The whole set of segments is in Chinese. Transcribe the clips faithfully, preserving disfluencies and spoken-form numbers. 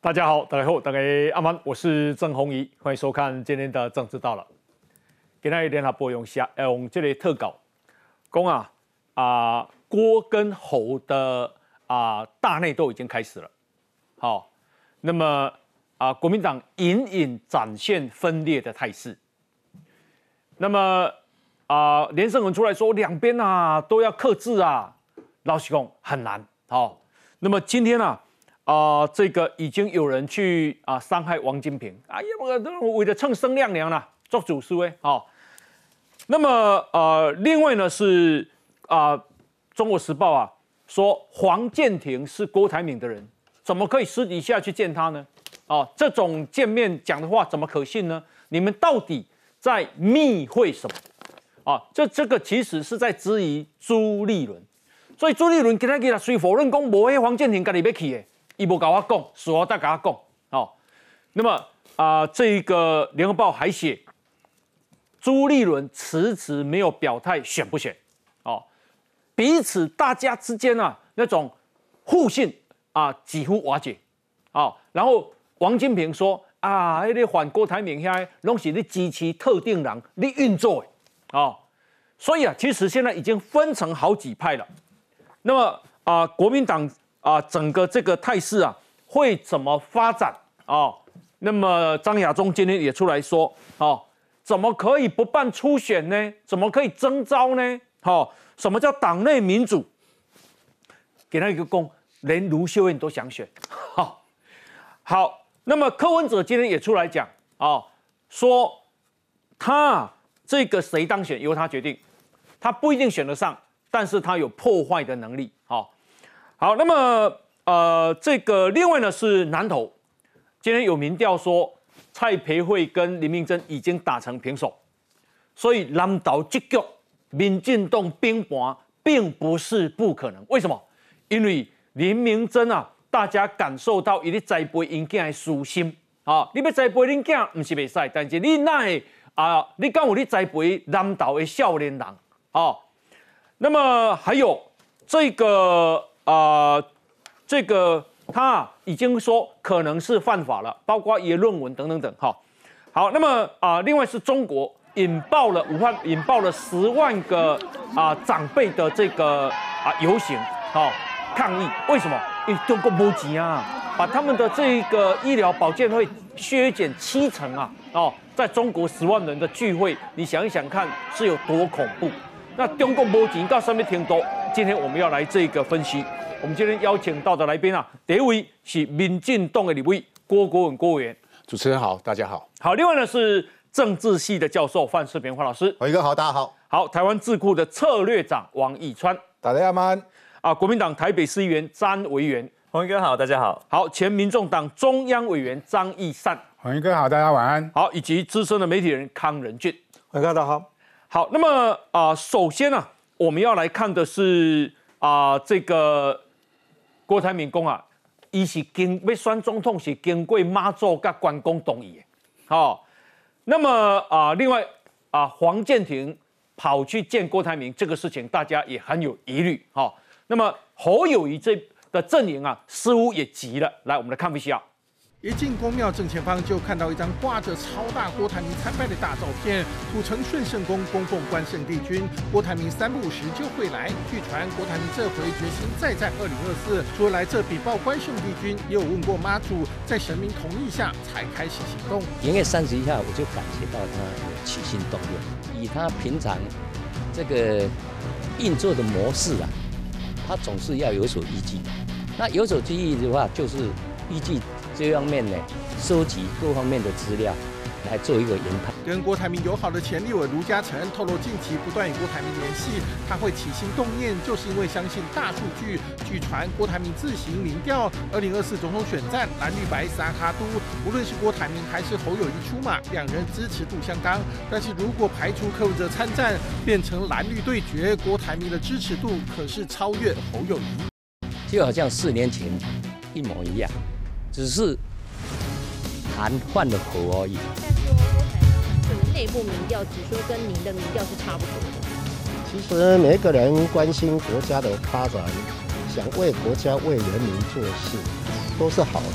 大家好，大家好，大家阿曼，我是郑弘仪，欢迎收看今天的政治到了。今天联合报用下用这个特稿，讲啊啊郭跟侯的啊大内斗已经开始了。好，那么啊国民党隐隐展现分裂的态势。那么啊连胜文出来说，两边啊都要克制啊，老实讲很难。好，那么今天啊。啊、呃，这个已经有人去啊、呃、伤害王金平，哎呀，我为了蹭声量量啦，做主事哎，好。那么呃，另外呢是啊，呃《中国时报》啊说黄健庭是郭台铭的人，怎么可以私底下去见他呢？哦，这种见面讲的话怎么可信呢？你们到底在密会什么？啊、哦，这这个其实是在质疑朱立伦，所以朱立伦今天给他虽否认讲无迄黄健庭家己要去的。伊无跟我讲，事后再跟他讲。哦，那么啊、呃，这个联合报还写，朱立伦迟迟没有表态选不选，哦，彼此大家之间啊那种互信啊几乎瓦解，哦，然后王金平说啊，那个反郭台铭遐拢是你支持特定人你运作的，哦，所以啊，其实现在已经分成好几派了。那么啊、呃，国民党。啊，整个这个态势啊，会怎么发展啊？那么张亚中今天也出来说，哦，怎么可以不办初选呢？怎么可以征召呢？哦，什么叫党内民主？给他一个功，连卢秀燕都想选。好，好，那么柯文哲今天也出来讲啊，说他这个谁当选由他决定，他不一定选得上，但是他有破坏的能力。好。好，那么呃，这个另外呢是南投，今天有民调说蔡培慧跟林明珍已经打成平手，所以南投这局民进党兵盘并不是不可能。为什么？因为林明珍啊，大家感受到伊咧栽培因囝的私心啊，你要栽培恁囝唔是袂使，但是你那会啊，你敢有你栽培南投的少年人啊？那么还有这个。啊、呃，这个他已经说可能是犯法了，包括言论文等等等。哈，好，那么啊、呃，另外是中国引爆了武汉引爆了十万个啊、呃、长辈的这个啊、呃、游行，好、哦、抗议。为什么？因为中国没钱啊，把他们的这个医疗保健费削减七成啊，哦，在中国十万人的聚会，你想一想看是有多恐怖。那中国没钱到上面挺多。今天我们要来这个分析。我们今天邀请到的来宾啊，第一位是民进党的立委郭国文郭委员。 主持人好，大家好。 好，另外呢是政治系的教授范世平范老师。 伟哥好，大家好。 好，台湾智库的策略长王义川。 大家好。 啊，国民党台北市议员詹维元。 洪一哥好，大家好。 好，前民众党中央委员张义善。 洪一哥好，大家晚安。 好，以及资深的媒体人康仁俊。 洪一哥大家好。 好，那么啊、呃，首先呢、啊，我们要来看的是啊、呃，这个郭台铭讲啊，伊是经要选总统是经过妈祖跟关公同意的，好、哦。那么啊、呃，另外啊、呃，黄健庭跑去见郭台铭这个事情，大家也很有疑虑，好、哦。那么侯友宜这的阵营啊，似乎也急了。来，我们来看一下。 一进宫庙正前方，就看到一张挂着超大郭台铭参拜的大照片，土城顺圣宫供奉关圣帝君。郭台铭三不五时就会来。据传，郭台铭这回决心再战二零二四，除了来这比报关圣帝君，也有问过妈祖，在神明同意下才开始行动。 营业三十一下，我就感觉到他有起心动念，以他平常这个运作的模式啊，他总是要有所依据。那有所依据的话，就是依据这方面呢，收集各方面的资料，来做一个研判。 跟郭台铭友好的前立委卢嘉诚透露，近期不断与郭台铭联系，他会起心动念，就是因为相信大数据。据传，郭台铭自行民调，二零二四总统选战蓝绿白撒卡都，无论是郭台铭还是侯友宜出马，两人支持度相当。但是如果排除柯文哲参战，变成蓝绿对决，郭台铭的支持度可是超越侯友宜， 就好像四年前一模一样。只是韩换了口而已。 但说郭台铭可能内部民调只说跟您的民调是差不多的。 其实每个人关心国家的发展，想为国家为人民做事，都是好的。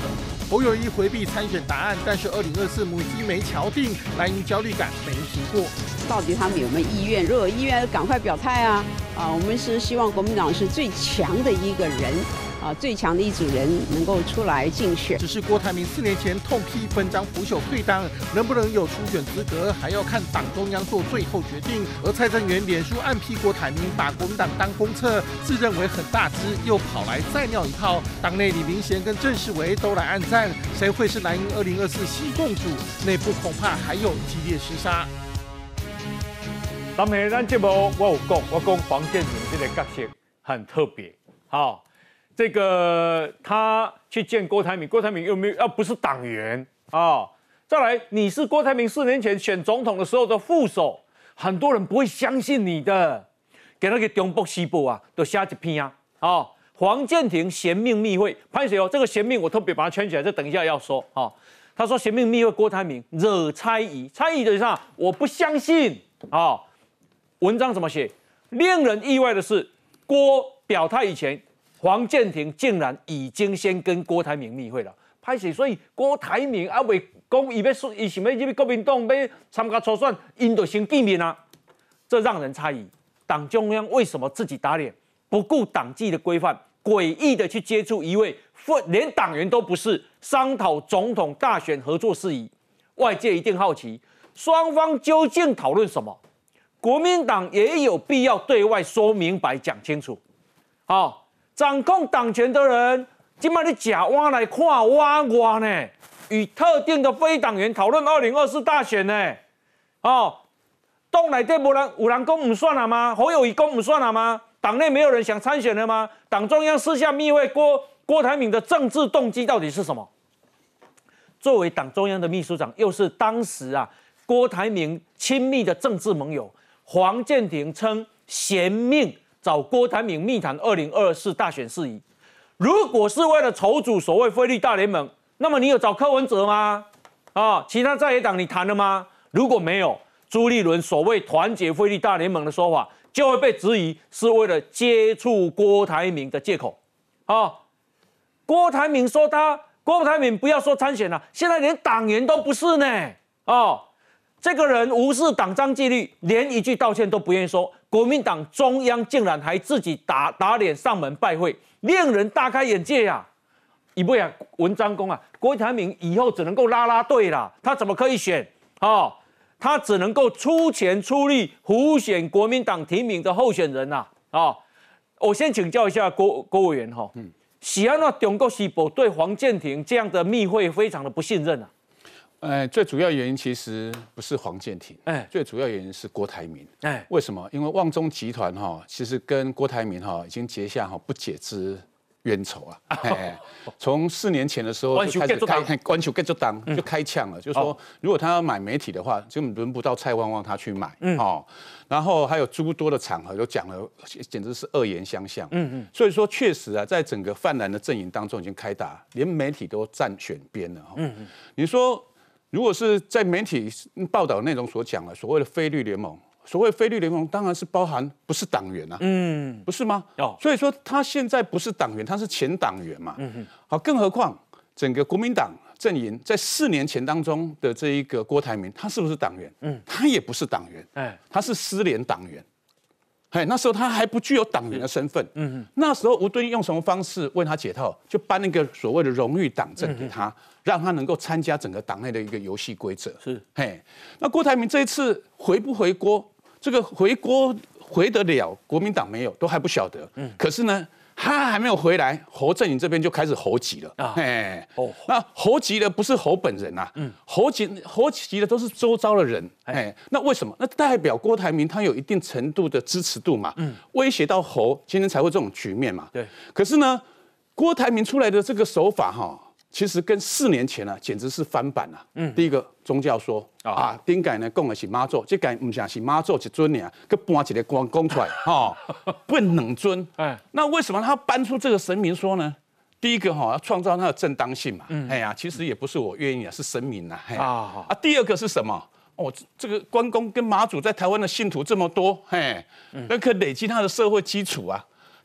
侯友宜回避参选答案，但是二零二四母鸡没敲定，蓝营焦虑感没停过。 到底他们有没有意愿？如果有意愿，赶快表态啊！啊，我们是希望国民党是最强的一个人。 啊，最强的一组人能够出来竞选， 只是郭台铭四年前痛批分赃腐朽退党，能不能有初选资格，还要看党中央做最后决定。而蔡正元脸书暗批郭台铭把国民党当公厕，自认为很大只，又跑来再尿一泡。党内李明贤跟郑世维都来暗赞，谁会是蓝营二零二四新共主？内部恐怕还有激烈厮杀。 咱们咱节目我有讲，我讲黄建庭这个角色很特别，好。 这个他去见郭台铭，郭台铭又没有，要不是党员啊、哦。再来，你是郭台铭四年前选总统的时候的副手，很多人不会相信你的。给那个中部西部啊，都写一篇啊，哦，黄建庭贤命密会，拍谁哦？这个贤命我特别把它圈起来，这等一下要说哦。他说贤命密会郭台铭惹猜疑，猜疑的是啥？我不相信啊、哦。文章怎么写？令人意外的是，郭表态以前。 黄建庭竟然已经先跟郭台铭密会了，拍摄，所以郭台铭啊未讲伊要说，伊想要入国民党要参加初选，因就先见面啊，这让人猜疑，党中央为什么自己打脸，不顾党纪的规范，诡异的去接触一位连党员都不是，商讨总统大选合作事宜？外界一定好奇，双方究竟讨论什么？国民党也有必要对外说明白、讲清楚，好、哦。 掌控党权的人，今麦你假挖来看挖挖呢？与特定的非党员讨论二零二四大选呢？哦，党内底无人有人讲唔算了吗？侯友宜讲唔算了吗？党内没有人想参选了吗？党中央私下密会郭郭台铭的政治动机到底是什么？作为党中央的秘书长，又是当时啊郭台铭亲密的政治盟友，黄建庭称贤命。 找郭台铭密谈二零二四大选事宜，如果是为了筹组所谓菲律大联盟，那么你有找柯文哲吗？啊，其他在野党你谈了吗？如果没有，朱立伦所谓团结菲律大联盟的说法，就会被质疑是为了接触郭台铭的借口。啊，郭台铭说他，郭台铭不要说参选了，现在连党员都不是呢。哦。 这个人无视党章纪律，连一句道歉都不愿意说。国民党中央竟然还自己打打脸上门拜会，令人大开眼界呀、啊！一不讲文章公啊，郭台铭以后只能够拉拉队啦，他怎么可以选？哦，他只能够出钱出力胡选国民党提名的候选人呐、啊！哦，我先请教一下郭郭委员哈，嗯，喜安那中国时报对黄建庭这样的密会非常的不信任啊。 呃，最主要原因其实不是黄建庭，哎，最主要原因是郭台铭，哎，为什么？因为旺中集团哈，其实跟郭台铭哈已经结下哈不解之冤仇啊，哎，从四年前的时候就开始开官球跟就当就开枪了，就说如果他要买媒体的话，根本轮不到蔡旺旺他去买，哦，然后还有诸多的场合都讲了，简直是恶言相向，嗯嗯，所以说确实啊，在整个泛蓝的阵营当中已经开打，连媒体都站选边了，嗯嗯，你说。 如果是在媒体报道内容所讲的所谓的菲律联盟，所谓菲律联盟当然是包含不是党员啊，嗯，不是吗？哦，所以说他现在不是党员，他是前党员嘛，嗯哼，好，更何况整个国民党阵营在四年前当中的这一个郭台铭，他是不是党员？嗯，他也不是党员，哎，他是失联党员。 嘿，那时候他还不具有党员的身份。嗯嗯，那时候吴敦义用什么方式为他解套？就颁那个所谓的荣誉党证给他，嗯、让他能够参加整个党内的一个游戏规则。是，嘿，那郭台铭这一次回不回锅？这个回锅回得了，国民党没有，都还不晓得。嗯，可是呢，他还没有回来，侯阵营这边就开始猴急了。啊，嘿，哦，那猴急的不是侯本人啊，嗯，猴急猴急的都是周遭的人。 哎，那为什么？那代表郭台铭他有一定程度的支持度嘛，嗯，威胁到侯，今天才会这种局面嘛。对。可是呢，郭台铭出来的这个手法哈，其实跟四年前啊，简直是翻版了。嗯。第一个宗教说啊，顶改呢供的是妈祖，这改唔像是妈祖一尊呢，佮搬一个光供出来，哈，问两尊。哎。那为什么他搬出这个神明说呢？ 第一个哈要创造它的正当性嘛，嗯、哎呀，其实也不是我愿意啊，是神明呐。啊啊，第二个是什么？哦，这个关公跟马祖在台湾的信徒这么多，嘿，那可累积他的社会基础啊。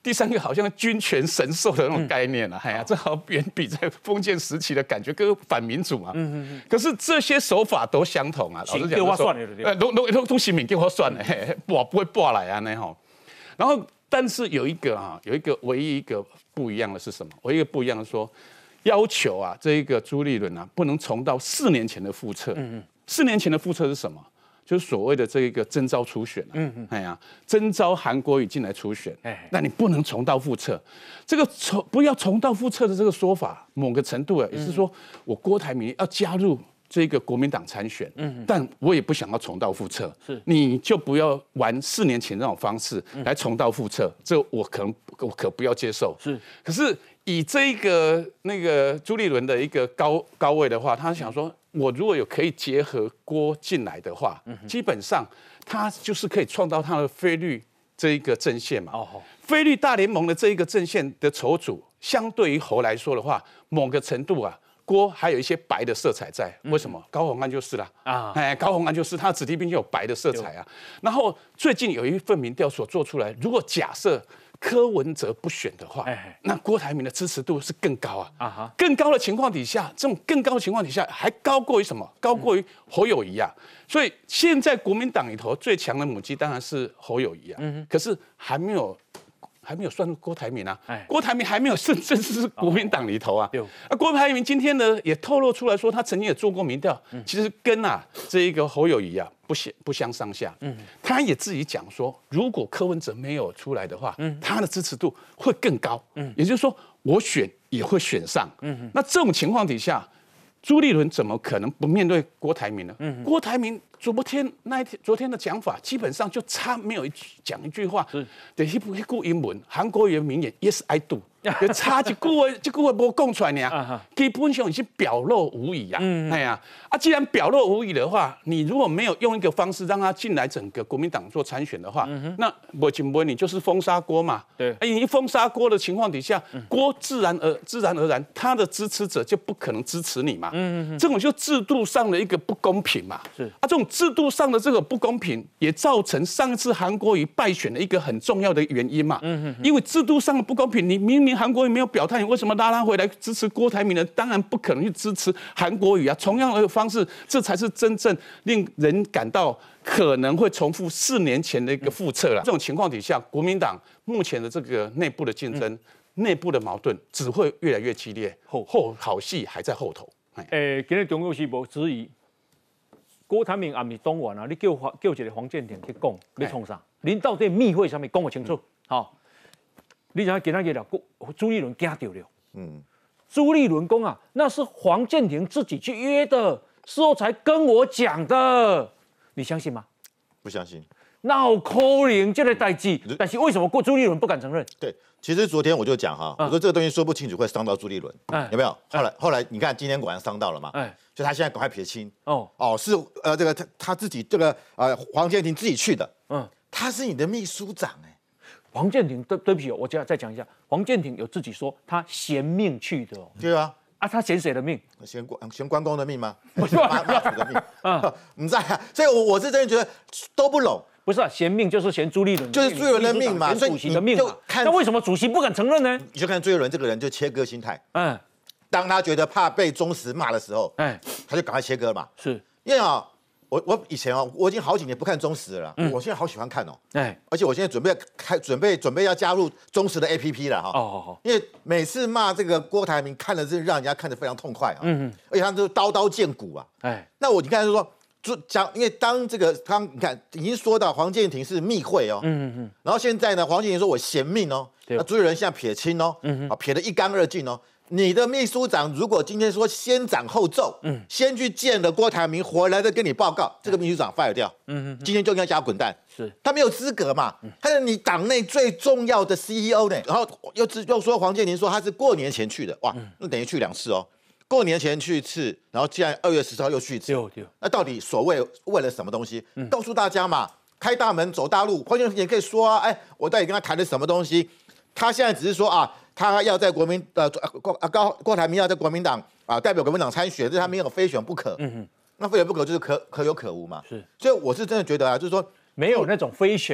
第三个好像君权神授的那种概念啊，哎呀，这好远比在封建时期的感觉，跟反民主嘛。嗯嗯嗯。可是这些手法都相同啊，老实讲就说，呃，都都都都行民给我算了，嘿，不不会拨来啊那吼。然后，但是有一个啊，有一个唯一一个不一样的是什么？唯一一个不一样的说，要求啊，这一个朱立伦啊，不能重蹈四年前的覆辙。嗯嗯。四年前的覆辙是什么？就是所谓的这一个征召初选、啊，嗯嗯，哎呀，征召韩国瑜进来初选，哎，那你不能重蹈覆辙。这个重不要重蹈覆辙的这个说法，某个程度啊，也是说我郭台铭要加入这个国民党参选，嗯，但我也不想要重蹈覆辙，是，你就不要玩四年前那种方式来重蹈覆辙，这我可能我可不要接受，是。可是以这一个那个朱立伦的一个高高位的话，他想说。我如果有可以结合郭进来的话，嗯、基本上他就是可以创造他的菲律这一个阵线嘛。哦，菲律大联盟的这一个阵线的筹组，相对于侯来说的话，某个程度啊，郭还有一些白的色彩在。为什么？嗯、高虹安就是啦。啊，哎，高虹安就是他的子弟兵就有白的色彩啊。然后最近有一份民调所做出来，如果假设。柯文哲不选的话，那郭台铭的支持度是更高啊！啊哈，更高的情况底下，这种更高的情况底下，还高过于什么？高过于侯友宜啊！所以现在国民党里头最强的母鸡当然是侯友宜啊，嗯、可是还没有还没有算入郭台铭啊，郭台铭还没有正正式是国民党里头啊。哦、啊，郭台铭今天呢也透露出来说，他曾经也做过民调，嗯、其实跟啊这一个侯友宜啊。不相不相上下，嗯，他也自己讲说，如果柯文哲没有出来的话，嗯，他的支持度会更高，嗯，也就是说，我选也会选上，嗯，那这种情况底下，朱立伦怎么可能不面对郭台铭呢？嗯，郭台铭昨天那一天昨天的讲法，基本上就差没有一句讲一句话，是，对，一部一句英文，韩国语名言 Yes I do。就差一句话，这句话无讲出来呢，基本上已经表露无遗啊。嗯，哎呀，啊，既然表露无遗的话，你如果没有用一个方式让他进来整个国民党做参选的话，嗯、那不仅不你就是封杀郭嘛。对，哎，你封杀郭的情况底下，郭自然而自然而然，他的支持者就不可能支持你嘛。嗯嗯，这种就制度上的一个不公平嘛。是啊，这种制度上的这个不公平，也造成上次韩国瑜败选的一个很重要的原因嘛。嗯嗯，因为制度上的不公平，你明明韩国瑜没有表态，你为什么拉他回来支持郭台铭呢？当然不可能去支持韩国瑜啊！同样的方式，这才是真正令人感到可能会重复四年前的一个覆辙了。这种情况底下，国民党目前的这个内部的竞争、内部的矛盾只会越来越激烈，后后好戏还在后头。 诶，今日中央是无质疑郭台铭也不是党员啊，你叫叫一个黄健庭去讲，你创啥？恁到底密会上面讲个清楚，好。你想今仔日了，朱立伦惊到了。嗯，朱立伦讲啊，那是黄健庭自己去约的，事后才跟我讲的，你相信吗？ 不相信。 那有可能这个代志，但是为什么过朱立伦不敢承认？ 对，其实昨天我就讲哈，我说这个东西说不清楚会伤到朱立伦，嗯、有没有？后来后来你看今天果然伤到了嘛，哎，所以他现在赶快撇清。哦哦，是呃这个他他自己这个呃黄健庭自己去的，嗯，他是你的秘书长哎。 黄健庭，对对不起，我再再讲一下，黄健庭有自己说他嫌命去的哦。 对啊， 啊，他嫌谁的命？ 嫌关嫌关公的命吗？不是妈妈祖的命啊，你在啊？所以我我是真的觉得都不拢。 不是啊，嫌命就是嫌朱立伦， 就是朱立伦的命嘛， 所以主席的命嘛。那为什么主席不敢承认呢？ 你就看朱立伦这个人就切割心态。嗯，当他觉得怕被中时骂的时候，哎，他就赶快切割嘛。是，因为啊。我我以前啊，我已经好几年不看中时了，嗯、我现在好喜欢看哦，哎，而且我现在准备开准备准备要加入中时的 A P P 了哈，哦好好，因为每次骂这个郭台铭，看的是让人家看得非常痛快啊，嗯嗯，而且他都刀刀见骨啊，哎，那我你看就说，就讲，因为当这个刚你看已经说到黄健庭是密会哦，嗯嗯嗯，然后现在呢，黄健庭说我嫌命哦，那朱立伦现在撇清哦，嗯啊撇得一干二净哦。你的秘书长如果今天说先斩后奏，嗯，先去见了郭台铭，回来再跟你报告，这个秘书长 fire 掉，嗯嗯，今天就应该加滚蛋，是他没有资格嘛，他是你党内最重要的 C E O 呢，然后又又说黄健庭说他是过年前去的，哇，那等于去两次哦，过年前去一次，然后现在二月十四号又去一次，那到底所谓为了什么东西？告诉大家嘛，开大门走大路，黄健庭也可以说啊，哎，我到底跟他谈的什么东西？他现在只是说啊。他要在国民呃郭高郭台铭要在国民党啊代表国民党参选，这他没有非选不可。嗯哼，那非选不可就是可可有可无嘛。是，所以我是真的觉得啊，就是说没有那种非选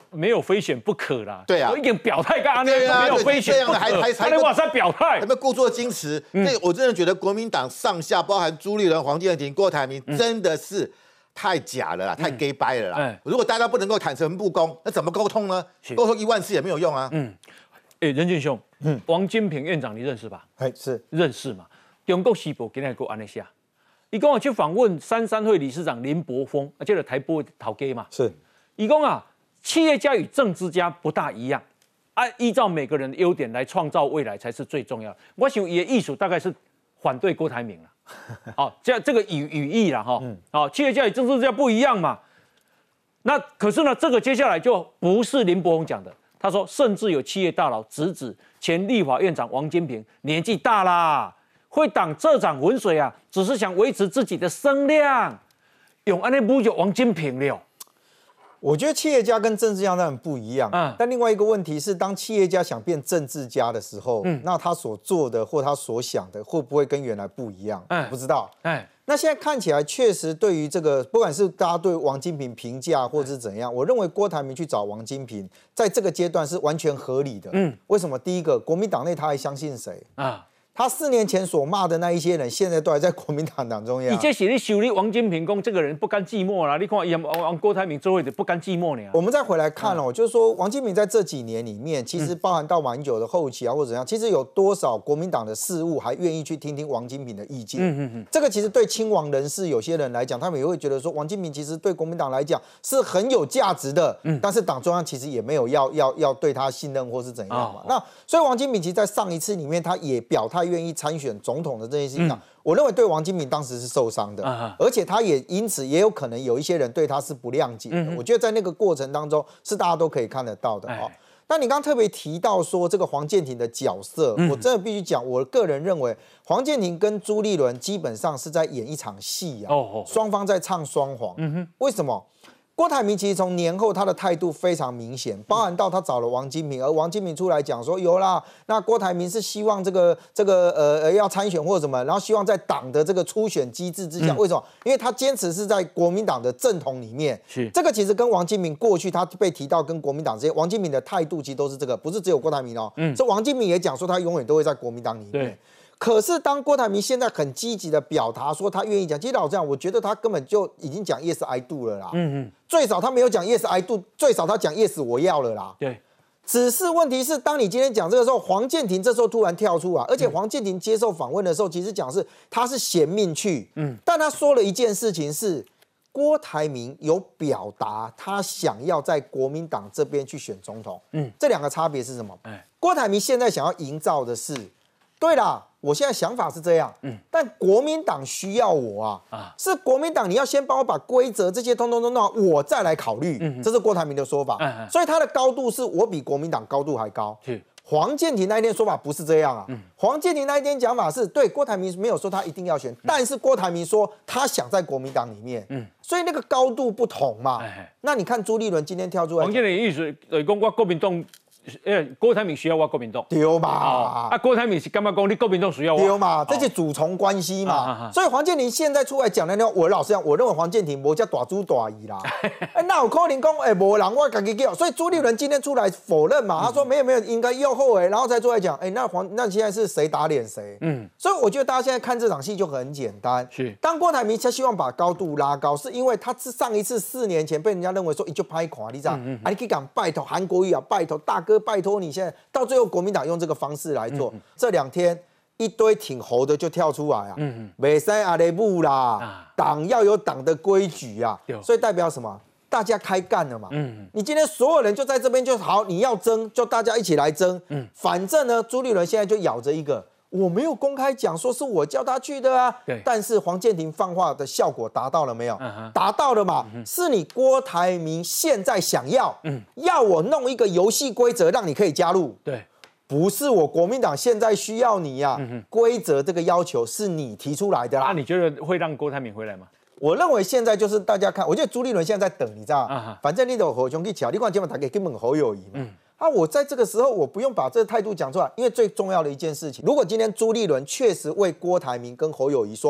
没有非选不可啦。 对啊， 我已经表态跟安内没有非选不可， 还还还能往上表态， 还没故作矜持。那我真的觉得国民党上下，包含朱立伦、黄健庭、郭台铭，真的是太假了啦，太 gay 掰了啦。如果大家不能够坦诚不公，那怎么沟通呢？沟通一万次也没有用啊。嗯， 哎，任俊兄，嗯，王金平院长你认识吧？ 哎，是认识嘛？中国时报今天给我安尼写。伊讲啊，去访问三三会理事长林柏峰，啊，这个台播头家嘛。 是。伊讲啊，企业家与政治家不大一样，啊，依照每个人的优点来创造未来才是最重要的。我想伊的艺术大概是反对郭台铭了。好，这这个语语义啦，哈，好，企业家与政治家不一样嘛。那可是呢，这个接下来就不是林柏峰讲的，他说，甚至有企业大佬直指前立法院长王金平年纪大啦。会挡这场浑水啊，只是想维持自己的声量，用安尼侮辱王金平了。 我觉得企业家跟政治家当然不一样，嗯，但另外一个问题是，当企业家想变政治家的时候，嗯，那他所做的或他所想的会不会跟原来不一样？嗯，不知道。哎，那现在看起来确实对于这个，不管是大家对王金平评价或者是怎样，我认为郭台铭去找王金平，在这个阶段是完全合理的。嗯，为什么？第一个，国民党内他还相信谁啊？他四年前所骂的那一些人，现在都还在国民党党中央。 你这是你修理王金平讲这个人不甘寂寞啦，你看伊王郭台铭做的不甘寂寞呢。 我们再回来看哦，嗯、就是说王金平在这几年里面，其实包含到马英九的后期啊，或者怎样，其实有多少国民党的事务还愿意去听听王金平的意见？嗯嗯嗯。这个其实对亲王人士有些人来讲，他们也会觉得说，王金平其实对国民党来讲是很有价值的。嗯。但是党中央其实也没有要要要对他信任或是怎样嘛。哦、那所以王金平其实在上一次里面，他也表态愿意参选总统的这件事情上，嗯、我认为对王金平当时是受伤的，啊、而且他也因此也有可能有一些人对他是不谅解的。嗯、我觉得在那个过程当中是大家都可以看得到的哦。那你刚刚特别提到说这个黄健庭的角色，嗯、我真的必须讲，我个人认为黄健庭跟朱立伦基本上是在演一场戏啊，哦哦、双方在唱双簧。嗯哼，为什么？郭台铭其实从年后他的态度非常明显，包含到他找了王金平，而王金平出来讲说有啦，那郭台铭是希望这个这个呃要参选或者什么，然后希望在党的这个初选机制之下，嗯、为什么？因为他坚持是在国民党的正统里面，是这个其实跟王金平过去他被提到跟国民党之间，王金平的态度其实都是这个，不是只有郭台铭哦，嗯，所以王金平也讲说他永远都会在国民党里面。对。可是当郭台铭现在很积极的表达说他愿意讲，其实老实讲，我觉得他根本就已经讲 yes I do 了啦。嗯嗯，最少他没有讲 yes I do， 最少他讲 yes 我要了啦。对，只是问题是，当你今天讲这个时候，黄健庭这时候突然跳出来，而且黄健庭接受访问的时候，其实讲是他是嫌命去，嗯，但他说了一件事情是，郭台铭有表达他想要在国民党这边去选总统，嗯，这两个差别是什么？哎，郭台铭现在想要营造的是，对啦。我现在想法是这样，嗯，但国民党需要我啊，啊，是国民党你要先帮我把规则这些通通都弄好，我再来考虑，嗯，这是郭台铭的说法，嗯嗯，所以他的高度是我比国民党高度还高。是黄健庭那一天说法不是这样啊，嗯，黄健庭那一天讲法是对郭台铭没有说他一定要选，嗯、但是郭台铭说他想在国民党里面，嗯，所以那个高度不同嘛。哎、那你看朱立伦今天跳出来， 黄健庭意思就是讲我国民党。因郭台铭需要我国民党， 对嘛？ 啊，郭台铭是干嘛讲你国民党需要我？ 对嘛？这是主从关系嘛。啊啊啊、所以黄健庭现在出来讲的呢，我老实讲，我认为黄健庭无叫大猪大姨啦。哎，那有可能讲，哎，无人我自己叫。所以朱立伦今天出来否认嘛，他说没有没有，应该要后哎，然后才出来讲，哎，那黄那现在是谁打脸谁？嗯，所以我觉得大家现在看这场戏就很简单。是，当郭台铭他希望把高度拉高，是因为他是上一次四年前被人家认为说，你就拍垮，你知道？嗯嗯、啊，你可以讲拜托韩国瑜啊，拜托大哥。拜托你现在到最后，国民党用这个方式来做。嗯、这两天一堆挺猴的就跳出来啊，没塞阿雷布啦，党、啊、要有党的规矩啊，所以代表什么？大家开干了嘛。嗯、你今天所有人就在这边就好，你要争就大家一起来争。嗯、反正呢，朱立伦现在就咬着一个。我没有公开讲说是我叫他去的啊，但是黄健庭放话的效果达到了没有？嗯、达到了嘛？嗯、是你郭台铭现在想要，嗯、要我弄一个游戏规则让你可以加入，对，不是我国民党现在需要你呀、啊。嗯、规则这个要求是你提出来的啦。 那、啊、你觉得会让郭台铭回来吗？ 我认为现在就是大家看，我觉得朱立伦现在在等，你知道吗？啊、反正你都和兄弟巧，你看今晚打给根本侯友宜嘛。嗯啊，我在这个时候我不用把这个态度讲出来，因为最重要的一件事情，如果今天朱立伦确实为郭台铭跟侯友宜说好，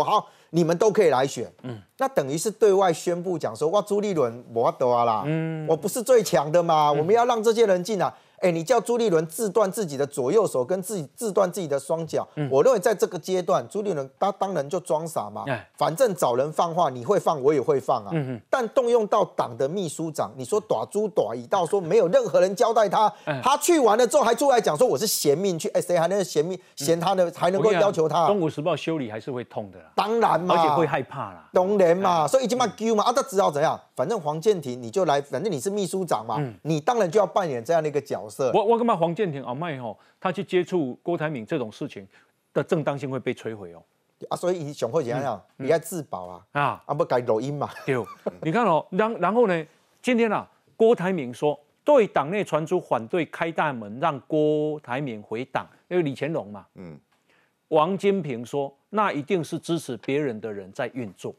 你们都可以来选。嗯，那等于是对外宣布讲说，哇，朱立伦我得啊啦，嗯，我不是最强的嘛，嗯、我们要让这些人进来。哎，你叫朱立伦自断自己的左右手，跟自己自断自己的双脚。嗯、我认为在这个阶段，朱立伦他当然就装傻嘛。哎、反正找人放话，你会放，我也会放啊。嗯、但动用到党的秘书长，你说打猪打乙到说没有任何人交代他，哎、他去完了之后还出来讲说我是嫌命去，哎，谁还能嫌命嫌他呢？还能够要求他？ 《中国时报》修理还是会痛的啦。 当然嘛， 而且会害怕啦。 当然嘛，所以已经嘛丢嘛啊，他只好怎样？反正黄健庭你就来，反正你是秘书长嘛，嗯、你当然就要扮演这样的一个角色。 我我干嘛黄健庭啊麦吼，他去接触郭台铭这种事情的正当性会被摧毁哦。 啊，所以熊会怎样？嗯、你要自保啊！啊，啊不改录音嘛？ 对，你看哦，然然后呢，今天啊，郭台铭说对党内传出反对开大门，让郭台铭回党，因为李乾隆嘛。嗯。王金平说，那一定是支持别人的人在运作。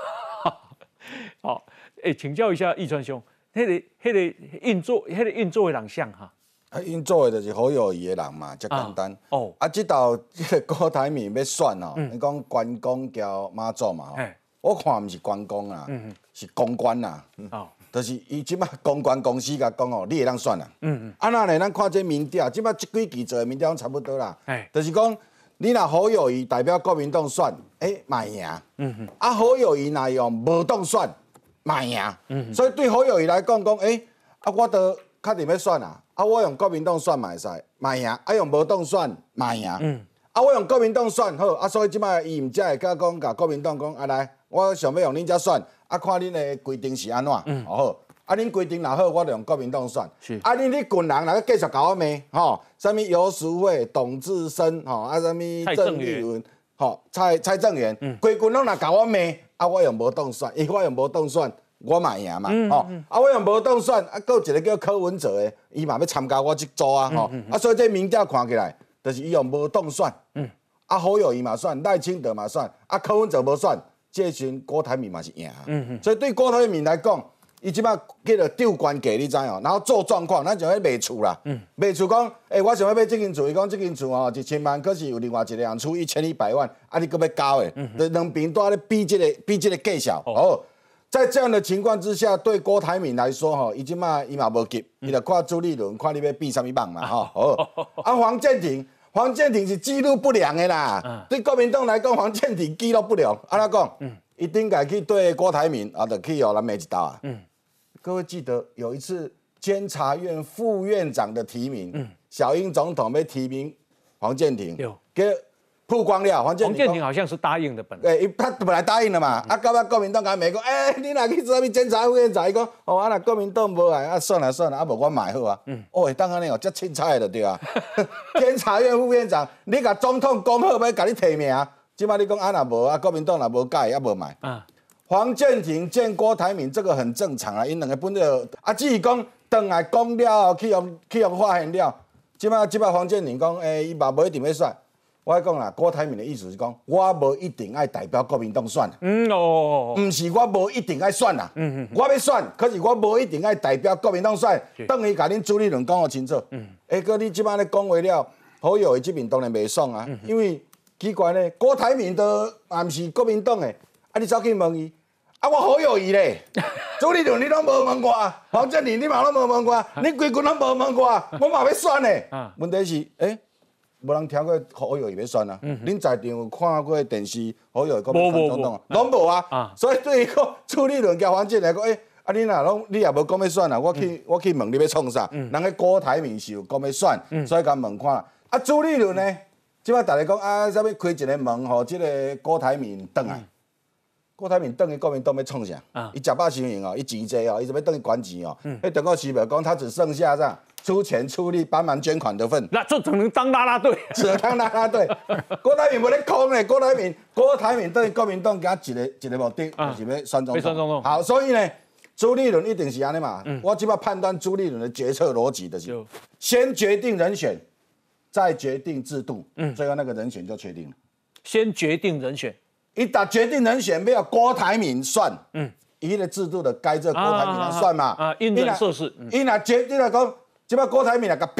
好，哎、欸，请教一下易川兄，那个、那个运作、那个运作的人像哈？ 啊，运作的就是侯友宜的人嘛，真简单。啊哦，啊，这道这个郭台铭要选哦，你讲关公交妈祖嘛，我看不是关公啦，嗯、是公关啦。哦，就是伊即摆公关公司甲讲哦，你会当选啦。嗯嗯。啊那呢，咱看这民调，即摆这几期做的民调差不多啦。哎，就是讲。你若侯友宜代表国民党选，哎、欸，嘛赢。嗯哼。啊，侯友宜若用无党选，嘛赢。嗯。所以对侯友宜来讲，讲，哎、欸，啊，我都确定要选啊，啊，我用国民党选嘛会使，嘛赢。啊，用无党选，嘛赢。嗯。啊，我用国民党选好，啊，所以即摆伊毋才会甲讲，甲国民党讲，啊来，我想要用恁遮选，啊，看恁的规定是安怎，嗯，好。啊，恁规定若好，我就用国民党选。是。啊，恁啲军人若继续甲我骂，吼，啥物游淑慧、董志生，吼，啊，啥物郑丽文，吼，蔡蔡正元，规军拢若甲我骂，啊，我用无党选，因为我用无党选，我嘛赢嘛，吼，啊，我用无党选，啊，搁有一个叫柯文哲的，伊嘛要参加我这组啊，吼，啊，所以这民调看起来，就是伊用无党选，嗯，啊，侯友宜嘛选，赖清德嘛选，啊，柯文哲无选，这时郭台铭嘛是赢，嗯嗯，所以对郭台铭来讲。伊即摆叫做丢关价，你知哦？然后做状况，咱就要卖厝啦。嗯。卖厝讲，诶、欸，我想要买这间厝，伊讲这间厝哦一千万，可是有另外一个人出一千一百万，啊，你搁要交诶？嗯。就两边都咧比这个比这个价小。哦。在这样的情况之下，对郭台铭来说，吼，伊即摆伊嘛无急，伊就看朱立伦，看你要比啥物棒嘛，吼。哦。啊，黄健庭，黄健庭是记录不良的啦。嗯。对国民党来讲，黄健庭记录不良，安怎讲？嗯。伊顶家去对郭台铭，啊，就去互咱骂一刀啊。嗯。各位记得有一次监察院副院长的提名，嗯、小英总统被提名黄健庭，给曝光了。黄健庭， 黄健庭好像是答应的本来， 哎、欸，他本来答应了嘛，嗯、啊，到尾国民党甲美国，哎、欸，你若去做啥物监察副院长，伊讲，哦，啊，若国民党无来，啊，算了算了，啊，无我买好啊，嗯，哦，当安尼哦，遮凊彩的对啊，监察院副院长，你甲总统讲好要甲你提名，即摆你讲啊若无啊，国民党若无改，啊无买，啊。黄健庭见郭台铭，这个很正常啊，因两个本来啊，只是讲等来讲了，去用去用发现了。即摆即摆黄健庭讲，诶、欸，伊嘛无一定要选。我讲啦，郭台铭的意思是讲，我无一定爱代表国民党选。嗯哦，唔是我无一定爱选啦。嗯嗯，我要选，可是我无一定爱代表国民党选。等于甲恁朱立伦讲个清楚。嗯，诶，哥你即摆咧讲话了，侯友宜这边当然袂爽啊，嗯、因为奇怪咧，郭台铭都也毋是国民党诶，啊你走去问伊。啊！我侯友宜咧，朱立伦你拢无问我，黄健庭你嘛拢无问我，你规群拢无问我，我嘛要选咧。问题是，诶、欸，无人听过侯友宜要选啊？恁在场有看过电视侯友宜讲选总统啊？拢无啊。所以对于讲朱立伦甲黄健庭来讲，诶、欸，啊你若拢你也无讲要选啊？我去、嗯、我去问你要创啥？嗯、人个郭台铭是有讲要选，嗯、所以甲问看。啊朱立伦呢？即摆大家讲啊，啥物开一个门，互即个郭台铭转来。嗯郭台铭等于国民党要创啥？伊食饱先赢哦，伊钱济哦，伊准备等于管钱哦。迄中国时报讲他只剩下这样出钱出力帮忙捐款的份， 那就只能当啦啦队， 只能当啦啦队。郭台铭无咧空咧，郭台铭，郭台铭等于国民党加一个一个目的，就是要选总统。好，所以呢，朱立伦一定是安尼嘛。我即摆判断朱立伦的决策逻辑就是，先决定人选，再决定制度，最后那个人选就确定了。 先决定人选。 伊打决定人选没有郭台铭算，嗯，伊个制度的该这郭台铭来算嘛， 啊，因人设事， 伊若决定来讲，即摆郭台铭来甲逼，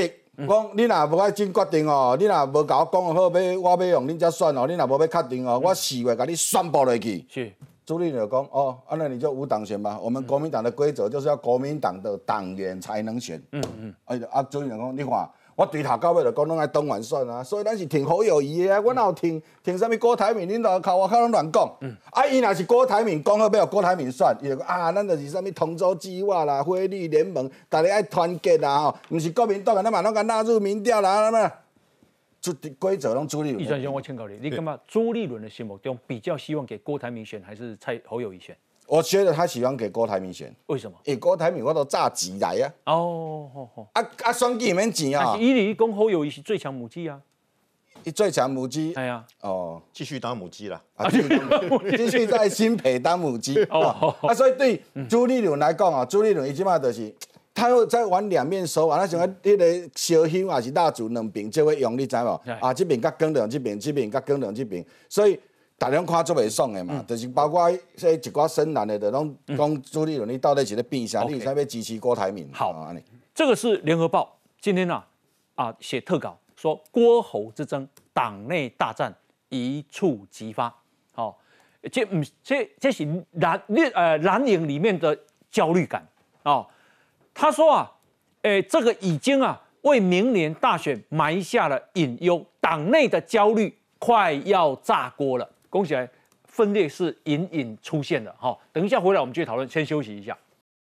讲你若无爱真决定哦，你若无甲我讲好，要我要用恁遮选哦，你若无要确定哦，我四月甲你宣布落去。 是。 朱立伦就讲哦，啊那你就无党选吧。我们国民党的规则就是要国民党的党员才能选。嗯嗯。哎啊，朱立伦讲，你看，我对头到尾就讲拢爱党员选啊，所以咱是挺侯友宜的啊。我哪有挺挺什么郭台铭？恁都靠我靠拢乱讲。嗯。啊，伊若是郭台铭讲好要郭台铭选，伊就讲啊，咱就是什么同舟计划啦、辉绿联盟，大家爱团结啦吼，毋是国民党啊，咱嘛拢甲纳入民调啦，那么。就规则拢朱立伦。 易传兄，我请教你，你感觉朱立伦的心目中比较希望给郭台铭选，还是蔡侯友宜选？ 我觉得他喜欢给郭台铭选。 为什么？ 因为郭台铭我都炸钱来啊。 哦，好好。 啊啊，选举免钱啊。 但是伊你讲侯友宜是最强母鸡啊。 伊最强母鸡。 哎呀。 哦， 继续当母鸡啦。 啊，继续在新北当母鸡。哦。啊，所以对朱立伦来讲啊，朱立伦伊即马就是。他又在玩两面手法，他想要迄个烧香还是蜡烛两边，就会用你知无？啊，这边甲光亮这边，这边甲光亮这边，所以大家看做袂爽的嘛，嗯、就是包括说一寡深蓝的，就拢讲朱立伦你到底是咧变啥？你才要支持郭台铭？ 好，啊、这个是联合报今天啊啊写特稿说郭侯之争，党内大战一触即发。好、哦，这唔这这是蓝呃蓝营里面的焦虑感啊。哦他说啊，诶，这个已经啊为明年大选埋下了隐忧，党内的焦虑快要炸锅了。恭喜来，分裂是隐隐出现了哈、哦。等一下回来我们继续讨论，先休息一下。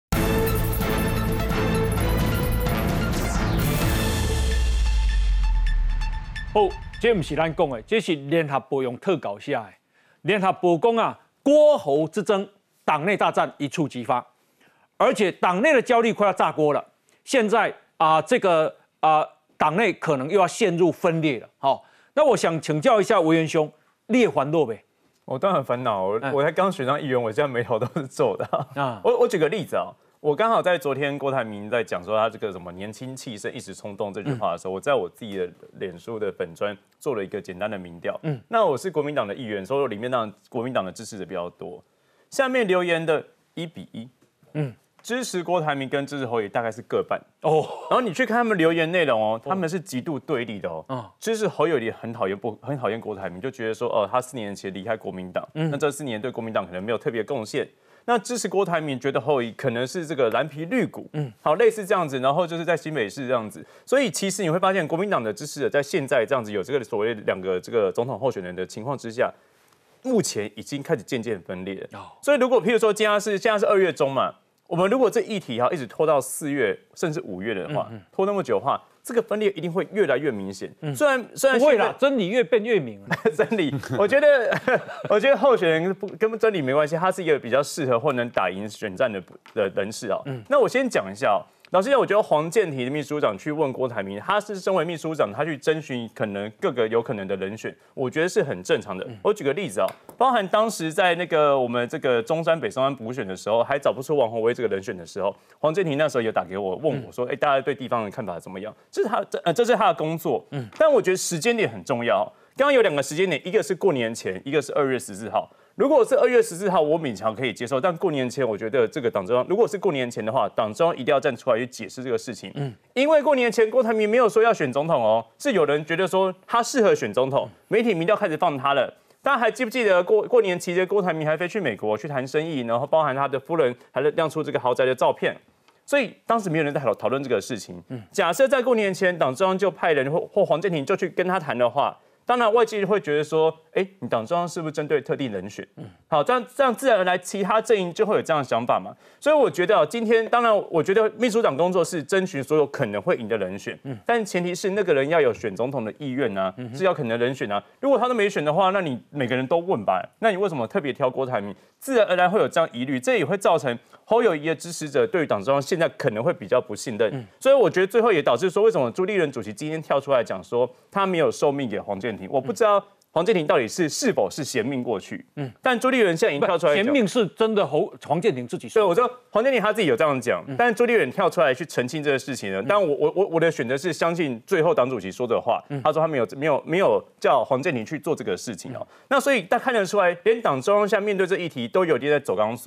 哦，这不是咱讲的，这是联合报用特稿写的。联合报讲啊，郭侯之争，党内大战一触即发。而且党内的焦虑快要炸锅了，现在啊、呃，这个啊、呃，党内可能又要陷入分裂了。好、哦，那我想请教一下维元兄，你也烦恼呗？ 我当然烦恼，我、嗯、我才刚选上议员，我现在眉头都是皱的。啊，我我举个例子啊，我刚好在昨天郭台铭在讲说他这个什么年轻气盛、一时冲动这句话的时候，嗯、我在我自己的脸书的粉专做了一个简单的民调。嗯，那我是国民党的议员，所以里面当然国民党的支持者比较多。下面留言的一比一，嗯。支持郭台铭跟支持侯友宜大概是各半哦，然后你去看他们留言内容哦，他们是极度对立的哦。嗯，支持侯友宜很讨厌不很讨厌郭台铭，就觉得说哦，他四年前离开国民党，嗯，那这四年对国民党可能没有特别贡献。那支持郭台铭觉得侯友宜可能是这个蓝皮绿骨，嗯，好类似这样子，然后就是在新北市这样子，所以其实你会发现国民党的支持者在现在这样子有这个所谓两个这个总统候选人的情况之下，目前已经开始渐渐分裂了。哦，所以如果譬如说今天是现在是二月中嘛。我们如果这议题哈一直拖到四月甚至五月的话，嗯嗯、拖那么久的话，这个分裂一定会越来越明显。嗯、虽然虽然不会啦，真理越辩越明。 真理，我觉得我觉得候选人不跟真理没关系，他是一个比较适合或能打赢选战的的人士啊。嗯、那我先讲一下哦。老实讲，我觉得黄健庭的秘书长去问郭台铭，他是身为秘书长，他去征询可能各个有可能的人选，我觉得是很正常的。我举个例子啊，包含当时在那个我们这个中山北松山补选的时候，还找不出王宏威这个人选的时候，黄健庭那时候有打给我问我说，哎、欸，大家对地方的看法怎么样？这是他这呃这是他的工作，嗯，但我觉得时间点很重要。刚刚有两个时间点，一个是过年前，一个是二月十四号。如果是二月十四号，我勉强可以接受，但过年前，我觉得这个党中央，如果是过年前的话，党中央一定要站出来去解释这个事情。嗯，因为过年前郭台铭没有说要选总统哦，是有人觉得说他适合选总统，媒体民调开始放他了。大家还记不记得过过年期间，郭台铭还飞去美国去谈生意，然后包含他的夫人还亮出这个豪宅的照片。所以当时没有人在讨讨论这个事情。嗯，假设在过年前，党中央就派人或或黄健庭就去跟他谈的话。当然，外界会觉得说，哎，你党中央是不是针对特定人选？嗯，好，这样这样自然而然，其他阵营就会有这样的想法嘛。所以我觉得啊，今天当然，我觉得秘书长工作是征询所有可能会赢的人选，嗯，但前提是那个人要有选总统的意愿啊，是要可能的人选啊。如果他都没选的话，那你每个人都问吧，那你为什么特别挑郭台铭？自然而然会有这样疑虑，这也会造成侯友宜的支持者对于党中央现在可能会比较不信任。嗯，所以我觉得最后也导致说，为什么朱立伦主席今天跳出来讲说他没有受命给黄健庭？我不知道黄健庭到底是是否是衔命过去。嗯，但朱立伦现在已经跳出来讲， 衔命是真的侯黄健庭自己说。 对，我说黄健庭他自己有这样讲，嗯、但是朱立伦跳出来去澄清这个事情呢。但我我我我的选择是相信最后党主席说的话，嗯、他说他没有没有没有叫黄健庭去做这个事情哦。嗯、那所以大家看得出来，连党中央现在面对这议题都有点在走钢索。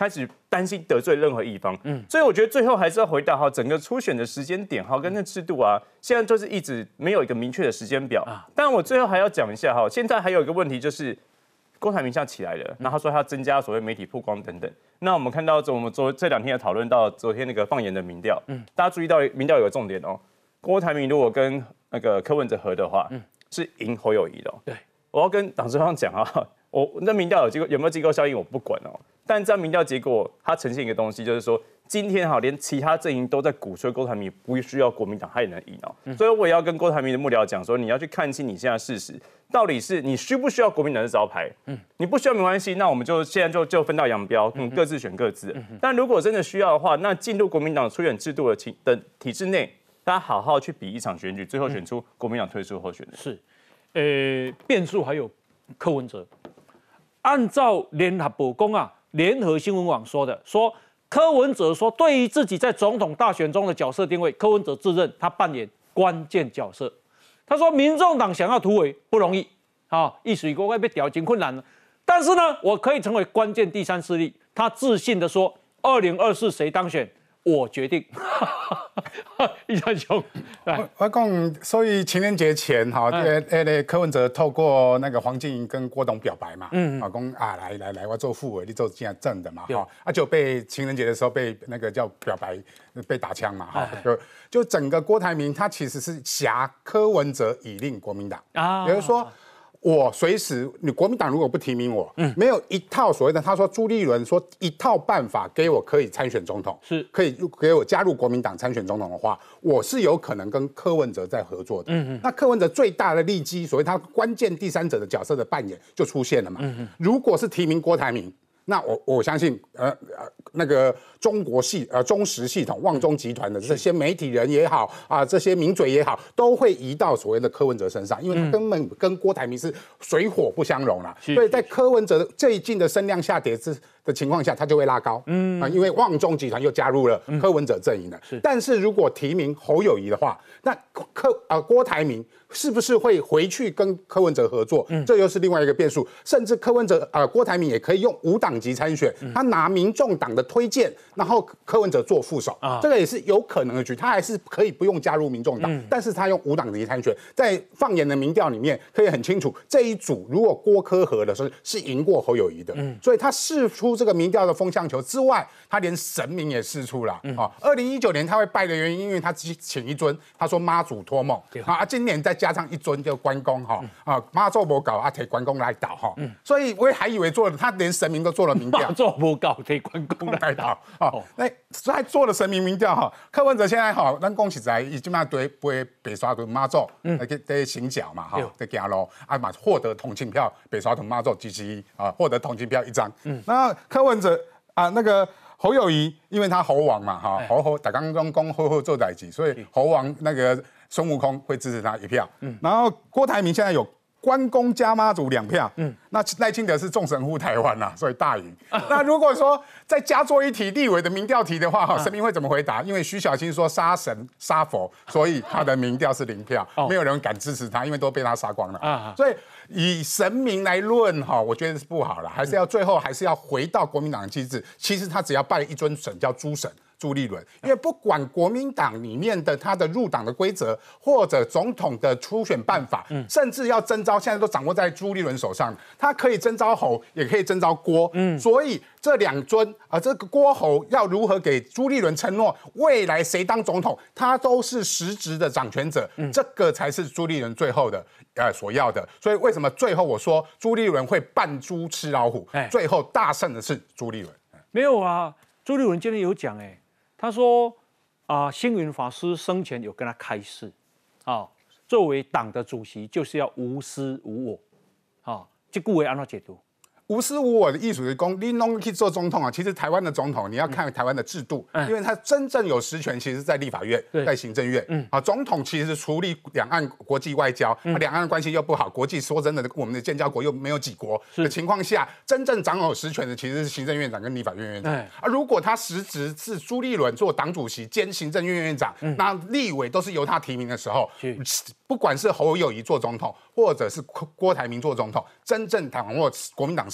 开始担心得罪任何一方。嗯，所以我觉得最后还是要回到哈整个初选的时间点哈跟那制度啊，现在就是一直没有一个明确的时间表。啊，当然我最后还要讲一下哈，现在还有一个问题就是。郭台铭现在起来了，那他说他要增加所谓媒体曝光等等。那我们看到，我们昨这两天也讨论到昨天那个放言的民调，嗯，大家注意到民调有个重点哦，郭台铭如果跟那个柯文哲合的话，嗯，是赢侯友宜的。对，我要跟党中央讲啊，我那民调有机构有没有机构效应我不管哦，但这样民调结果它呈现一个东西，就是说今天哈连其他阵营都在鼓吹郭台铭不需要国民党他也能赢哦，嗯，所以我也要跟郭台铭的幕僚讲说，你要去看清你现在的事实。到底是你需不需要国民党的招牌？嗯，你不需要没关系，那我们就现在就就分道扬镳，嗯，各自选各自。嗯，但如果真的需要的话，那进入国民党初选制度的体的体制内，大家好好去比一场选举，最后选出国民党推出候选人。 是，呃，变数还有柯文哲。按照联合报公啊，联合新闻网说的，说柯文哲说，对于自己在总统大选中的角色定位，柯文哲自认他扮演关键角色。他说，民众党想要突围不容易，啊，一水国会被调进困难了。但是呢，我可以成为关键第三势力。他自信的说，二零二四谁当选，我决定。一山兄， 我我讲，所以情人节前哈，呃呃，柯文哲透过那个黄静莹跟郭董表白嘛，嗯，啊，讲啊，来来来，我做副委，你做现在正的嘛，哈，啊，就被情人节的时候被那个叫表白被打枪嘛，哈，就就整个郭台铭他其实是挟柯文哲以令国民党啊，比如说。我随时，你国民党如果不提名我，嗯，没有一套所谓的，他说朱立伦说一套办法给我可以参选总统，是可以给我加入国民党参选总统的话，我是有可能跟柯文哲在合作的。嗯嗯，那柯文哲最大的利基，所谓他关键第三者的角色的扮演就出现了嘛。嗯嗯，如果是提名郭台铭。那我我相信，呃呃，那个中国系呃中时系统、旺中集团的这些媒体人也好啊，这些名嘴也好，都会移到所谓的柯文哲身上，因为他根本跟郭台铭是水火不相容了。所以在柯文哲最近的声量下跌之的情况下，他就会拉高。嗯啊，因为旺中集团又加入了柯文哲阵营了。是，但是如果提名侯友宜的话，那柯呃郭台铭是不是会回去跟柯文哲合作？嗯，这又是另外一个变数。甚至柯文哲呃郭台铭也可以用无党籍参选，他拿民众党的推荐，然后柯文哲做副手，啊，这个也是有可能的局。他还是可以不用加入民众党，嗯，但是他用无党籍参选，在放眼的民调里面可以很清楚，这一组如果郭柯合的时候是赢过侯友宜的。嗯，所以他释出这个民调的风向球之外，他连神明也释出了。嗯，啊，二零一九年他会败的原因，因为他请一尊，他说妈祖托梦，啊，今年再加上一尊就关公哈，啊，妈祖不搞啊，提关公来倒哈，所以我还以为做了，他连神明都做了民调， 妈祖不搞提关公来倒， 哦，那还做了神明民调哈，柯文哲现在哈，咱讲实在，伊今嘛对被北刷屯妈祖，嗯，在在行脚嘛哈，在行路啊嘛，获得同情票，北刷屯妈祖支持啊，获得同情票一张，嗯，那柯文哲啊那个。侯友宜，因为他猴王嘛，哈，猴猴打刚中攻，猴猴做代志，所以猴王那个孙悟空会支持他一票。嗯，然后郭台铭现在有关公加妈祖两票，嗯，那赖清德是众神护台湾呐，所以大赢。那如果说再加做一题立委的民调题的话，哈，神明会怎么回答？因为徐小清说杀神杀佛，所以他的民调是零票，没有人敢支持他，因为都被他杀光了。啊，所以以神明来论，哈，我觉得是不好了，还是要最后还是要回到国民党的机制。其实他只要拜一尊神叫诸神。朱立伦，因为不管国民党里面的他的入党的规则，或者总统的初选办法，嗯，甚至要征召，现在都掌握在朱立伦手上。他可以征召侯，也可以征召郭，嗯，所以这两尊啊、呃，这个郭侯要如何给朱立伦承诺未来谁当总统，他都是实质的掌权者，嗯，这个才是朱立伦最后的呃所要的。所以为什么最后我说朱立伦会扮猪吃老虎，哎，最后大胜的是朱立伦？ 没有啊，朱立伦今天有讲哎。他说：“啊、呃，星云法师生前有跟他开示，啊、哦，作为党的主席，就是要无私无我，啊、哦，这句话按照解读？ 无私无我的艺术的功，你弄去做总统啊？其实台湾的总统你要看台湾的制度，嗯、因为他真正有实权，其实在立法院，在行政院。嗯，啊，总统其实处理两岸国际外交，嗯、两岸关系又不好，国际说真的，我们的建交国又没有几国的情况下，真正掌有实权的其实是行政院长跟立法院院长。啊，如果他实质是朱立伦做党主席兼行政院院长，嗯、那立委都是由他提名的时候，不管是侯友宜做总统，或者是郭台铭做总统，真正掌握国民党实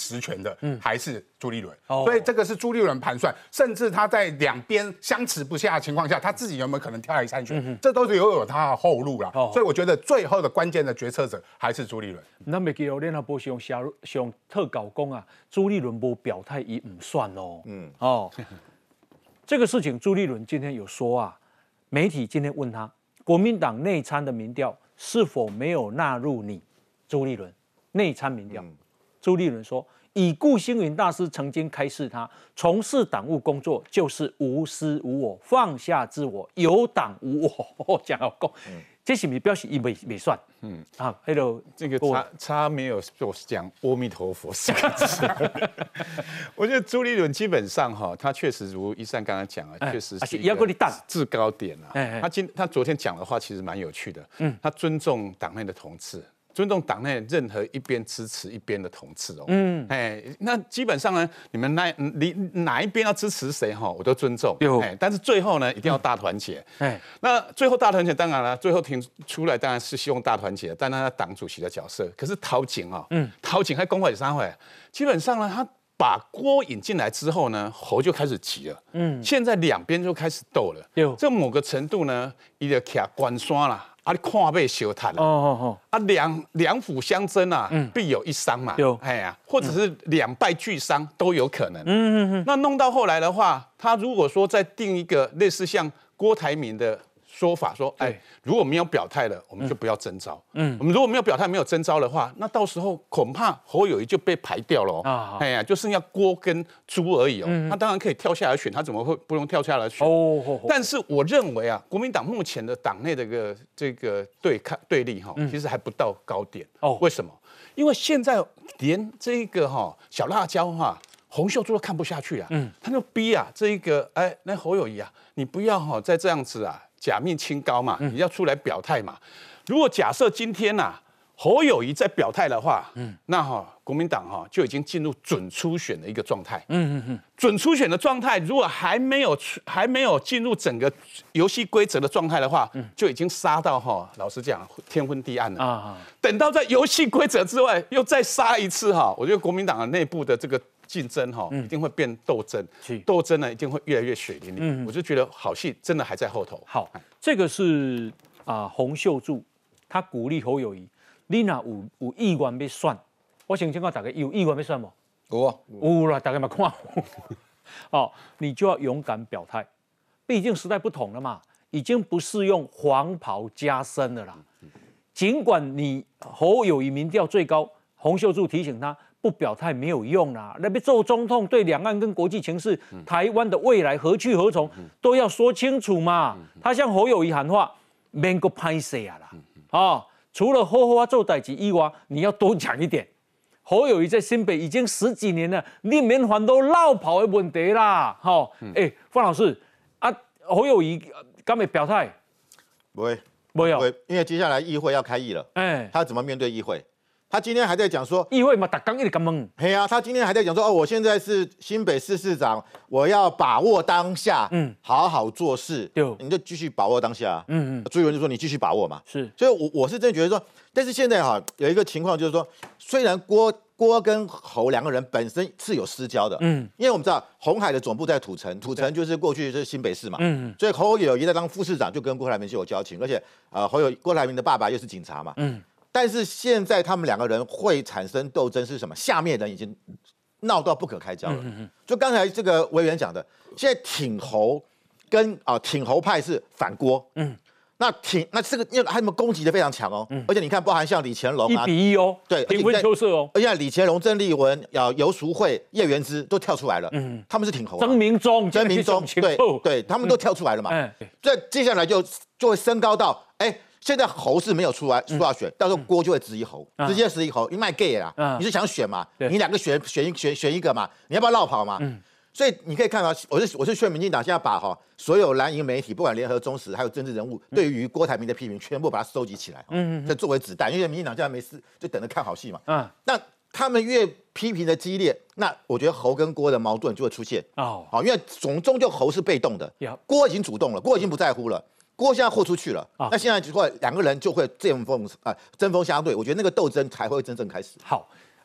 实权的，嗯，还是朱立伦。哦，所以这个是朱立伦盘算，甚至他在两边相持不下的情况下，他自己有没有可能跳来参选？嗯、这都是有有他的后路啦。哦，所以我觉得最后的关键的决策者还是朱立伦。 咱袂记得联合报上上上特稿讲啊，朱立伦无表态，伊唔算哦。嗯，哦，这个事情朱立伦今天有说啊，媒体今天问他，国民党内参的民调是否没有纳入你？朱立伦内参民调，嗯、朱立伦说。已故星云大师曾经开示他，从事党务工作就是无私无我，放下自我，有党无我。讲好讲，嗯、这是不是表示伊未未算？嗯啊，那个这个差差没有就讲阿弥陀佛四个字。我觉得朱立伦基本上哈，他确实如一善刚刚讲啊，确实是一个制高点啊。他今他昨天讲的话其实蛮有趣的，嗯，他尊重党内的同志。尊重党内任何一边支持一边的同志哦，嗯，哎，那基本上呢，你们哪你哪一边要支持谁哈，我都尊重，哎，但是最后呢，一定要大团结，哎，那最后大团结当然了，最后提出来当然是希望大团结，但他党主席的角色，可是陶景啊，嗯，陶景还公会三会，基本上呢，他把郭引进来之后呢，侯就开始急了，嗯，现在两边就开始斗了，这某个程度呢，伊就卡关山啦。啊，你看被修谈了，哦哦哦，啊，两两府相争啊，嗯、必有一伤嘛，有，哎呀，或者是两败俱伤都有可能。嗯嗯嗯。那弄到后来的话，他如果说再定一个类似像郭台铭的说法，说，哎，如果没有表态了，我们就不要征召。嗯，我们如果没有表态，没有征召的话，那到时候恐怕侯友宜就被排掉了。啊，哎呀，就剩下郭跟朱而已哦。嗯、他当然可以跳下来选，他怎么会不用跳下来选？哦，但是我认为啊，国民党目前的党内的这个这个对抗对立哈，其实还不到高点。哦，为什么？因为现在连这个哈小辣椒哈。洪秀柱都看不下去啊，嗯，他就逼啊，这一个哎，那侯友宜啊，你不要哈再这样子啊，假命清高嘛，嗯、你要出来表态嘛。如果假设今天呐、啊，侯友宜在表态的话，嗯，那哈、哦、国民党哈、哦、就已经进入准初选的一个状态，嗯嗯嗯，准初选的状态，如果还没有还没有进入整个游戏规则的状态的话，嗯，就已经杀到哈、哦，老实讲天昏地暗了啊。等到在游戏规则之外又再杀一次哈，我觉得国民党的内部的这个。竞争哈，一定会变斗争，斗争呢一定会越来越血淋淋。我就觉得好戏真的还在后头。 好，这个是啊洪秀柱，他鼓励侯友宜，你若有有意愿要选，我先请教大家有意愿要选吗？ 有啊， 有啦，大家嘛看。哦，你就要勇敢表态，毕竟时代不同了嘛，已经不适用黄袍加身了啦。尽管你侯友宜民调最高，洪秀柱提醒他。不表态没有用啦，那边做中统对两岸跟国际情势、嗯、台湾的未来何去何从、嗯、都要说清楚嘛。嗯、他向侯友宜喊话，免个拍摄啊啦，啊、嗯哦，除了好好做代志以外，你要多讲一点。侯友宜在新北已经十几年了，你免烦恼落跑的问题啦，哈、哦，哎、嗯欸，范老师啊，侯友宜敢会表态？ 不会， 不会、哦， 因为接下来议会要开议了，哎、欸，他怎么面对议会？他今天还在讲说， 议会嘛，打刚一直干懵。 嘿啊，他今天还在讲说，哦，我现在是新北市市长，我要把握当下，嗯，好好做事。对，你就继续把握当下。嗯嗯。朱立伦就说你继续把握嘛。是。所以我，我我是真的觉得说，但是现在哈有一个情况就是说，虽然郭郭跟侯两个人本身是有私交的，嗯，因为我们知道鸿海的总部在土城，土城就是过去就是新北市嘛，嗯，所以侯友宜在当副市长就跟郭台铭就有交情，而且呃侯友郭台铭的爸爸又是警察嘛，嗯。但是现在他们两个人会产生斗争是什么？下面人已经闹到不可开交了。嗯嗯就刚才这个委员讲的，现在挺侯跟啊、呃、挺侯派是反郭，嗯，那挺那这个因为他们攻击的非常强哦，嗯、而且你看，包含像李乾隆啊，一比一哦， 对， 平分秋色哦， 而且李乾隆、郑丽文、啊游淑慧、叶元之都跳出来了，嗯，他们是挺侯、啊， 曾明忠、 曾明忠，对对，他们都跳出来了嘛，嗯，所以接下来就就会升高到哎。现在侯是没有出来出来选，嗯、到时候郭就会质疑侯，嗯、直接质疑侯，你卖 gay 啦，嗯、你是想选嘛？你两个选选一选选一个嘛？你要不要绕跑嘛？嗯、所以你可以看到，我是我是劝民进党现在把哈所有蓝营媒体，不管联合、中时，还有政治人物，对于郭台铭的批评，全部把它收集起来，嗯嗯，作为子弹，因为民进党现在没事，就等着看好戏嘛。嗯，那他们越批评的激烈，那我觉得侯跟郭的矛盾就会出现。哦，好，因为总终究侯是被动的，郭已经主动了，郭已经不在乎了。郭现在豁出去了，啊、那现在就会两个人就会针锋啊针锋相对，我觉得那个斗争才会真正开始。 好，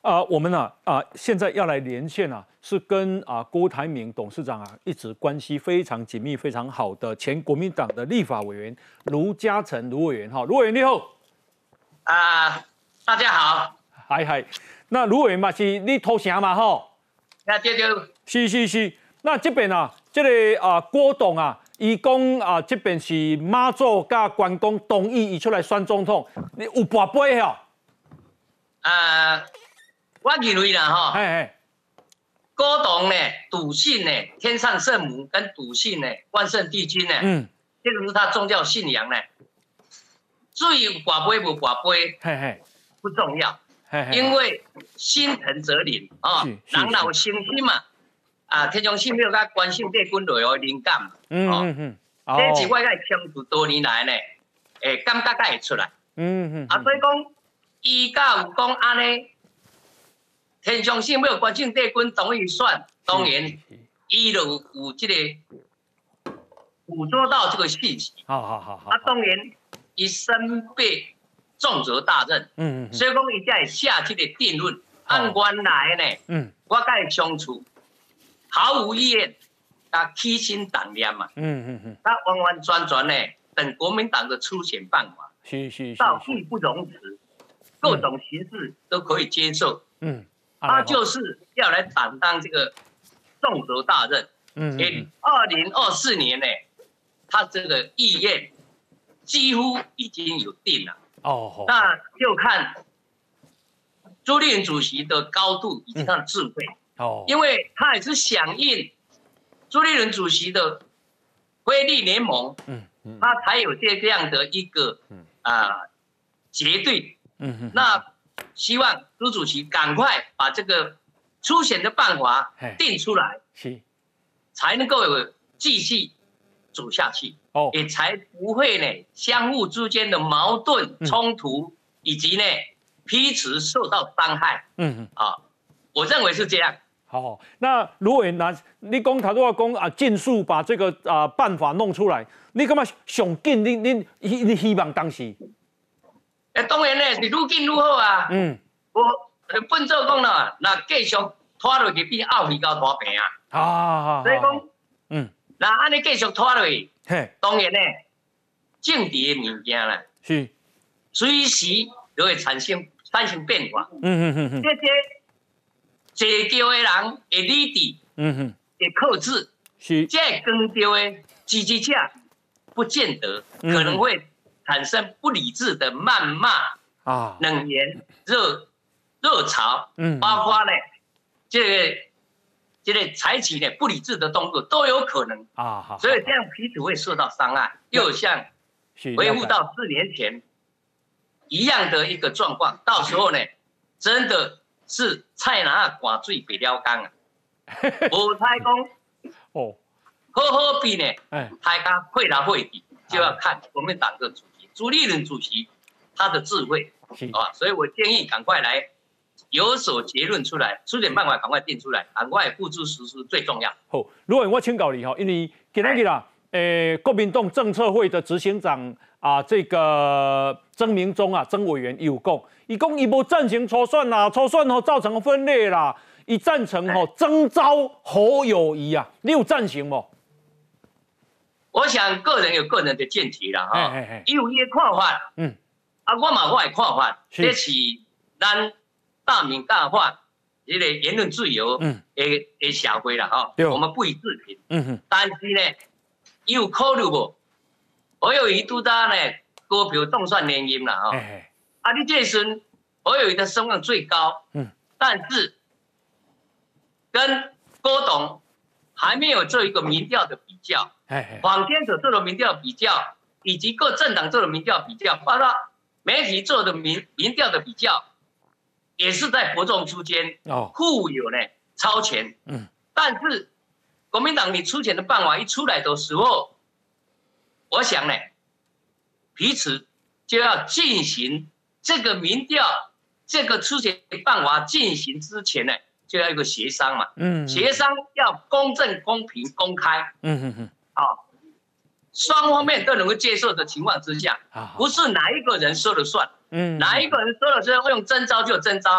啊、呃，我们呢啊、呃，现在要来连线啊，是跟啊、呃、郭台铭董事长啊一直关系非常紧密、非常好的前国民党的立法委员卢嘉诚卢委员哈，卢委员你好。 啊、呃，大家好。 嗨嗨，那卢委员嘛是你投降嘛吼？ 啊对对。是是是，那这边啊，这个啊、呃、郭董啊，伊讲啊这边是马祖甲关公同意伊出来选总统，你有跋杯吼？ 啊、呃。我認為啦，哈，郭董呢，篤信呢天上聖母，跟篤信呢萬聖帝君呢，嗯，這個是他宗教信仰呢。至於寡杯不寡杯，嘿嘿，不重要，嘿嘿，因為心誠則靈啊，人老心心嘛，啊，天上聖母甲關聖帝君就有靈感，嗯嗯嗯，這是我個相處多年來呢，誒，感覺會出來，嗯嗯，啊，所以講，伊甲有講安尼。天上聖母關聖帝君同意選，當然，伊就有這個捕捉到這個信息。好好好好。啊，當然，伊身被重責大任。嗯嗯。所以講，伊才會下這個定論。按原來呢，嗯，我甲伊相處，毫無意願，甲起心動念嘛。嗯嗯嗯。他完完全全呢，等國民黨的初選辦法。是是是。到義不容辭，各種形式都可以接受。嗯。他就是要來擔當這個重責大任。嗯，二零二四年呢，他這個意願幾乎已經有定了。哦，那就看朱立倫主席的高度以及他的智慧。哦，因為他也是響應朱立倫主席的輝綠聯盟，嗯嗯，他才有這樣的一個啊、呃、結對。嗯嗯，那。希望朱主席趕快把這個初選的辦法定出來，才能夠有繼續走下去，哦，也才不會呢相互之間的矛盾衝突，以及呢彼此受到傷害。嗯嗯，啊，我認為是這樣。好，那盧委員，那你講頭都話講啊，盡速把這個啊辦法弄出來，你感覺上緊？你你你希望當時？誒，當然咧，是愈緊愈好啊。嗯，我本做講啦，那繼續拖落去變後尾到拖平啊。啊，所以講，嗯，那安尼繼續拖落去，嘿，當然咧，政治嘅物件啦，是隨時都會產生產生變化。嗯嗯嗯嗯，這些坐轎嘅人嘅理智，嗯哼，嘅克制，是，這跟轎嘅支持者，不見得可能會。產生不理智的謾罵啊，冷言熱熱潮，嗯，包括呢，這個這個採取呢不理智的動作都有可能啊，所以這樣彼此會受到傷害，又像維護到四年前一樣的一個狀況，到時候呢，真的是菜拿掛水白了工啊，無太講哦，好好比呢，哎，大家會來會去，就要看國民黨的主席朱立倫主席他的智慧啊，所以我建議趕快來有所結論出來，初選辦法趕快定出來，趕快付諸實施最重要。好，如果我請教你哈，因為今天啦，誒，國民黨政策會的執行長啊，這個曾明忠啊，曾委員有講，伊講伊無贊成初選啦，初選吼造成分裂啦，伊贊成吼徵召侯友宜啊，你有贊成無？我想個人有個人的見解啦，哈，伊有伊的看法，嗯，啊，我嘛我的看法，這是咱大民大法，這個言論自由，嗯，的的社會啦，哈，我們不予置評，嗯哼，但是呢，伊有考慮無？侯友宜拄搭呢高票當選連任啦，哈，啊，你這時侯友宜的聲望最高，嗯，但是跟郭董還沒有做一個民調的比較。坊間所做的民調比較，以及各政黨做的民調比較，包括媒體做的民民調的比較，也是在伯仲之間，互有呢超前。嗯，但是國民黨你出錢的辦法一出來的時候，我想呢，彼此就要進行這個民調，這個出錢的辦法進行之前呢，就要一個協商嘛。嗯，協商要公正、公平、公開。嗯哼哼。好，雙方面都能夠接受的情況之下，不是哪一個人說了算，嗯，哪一個人說了算，用徵召就徵召，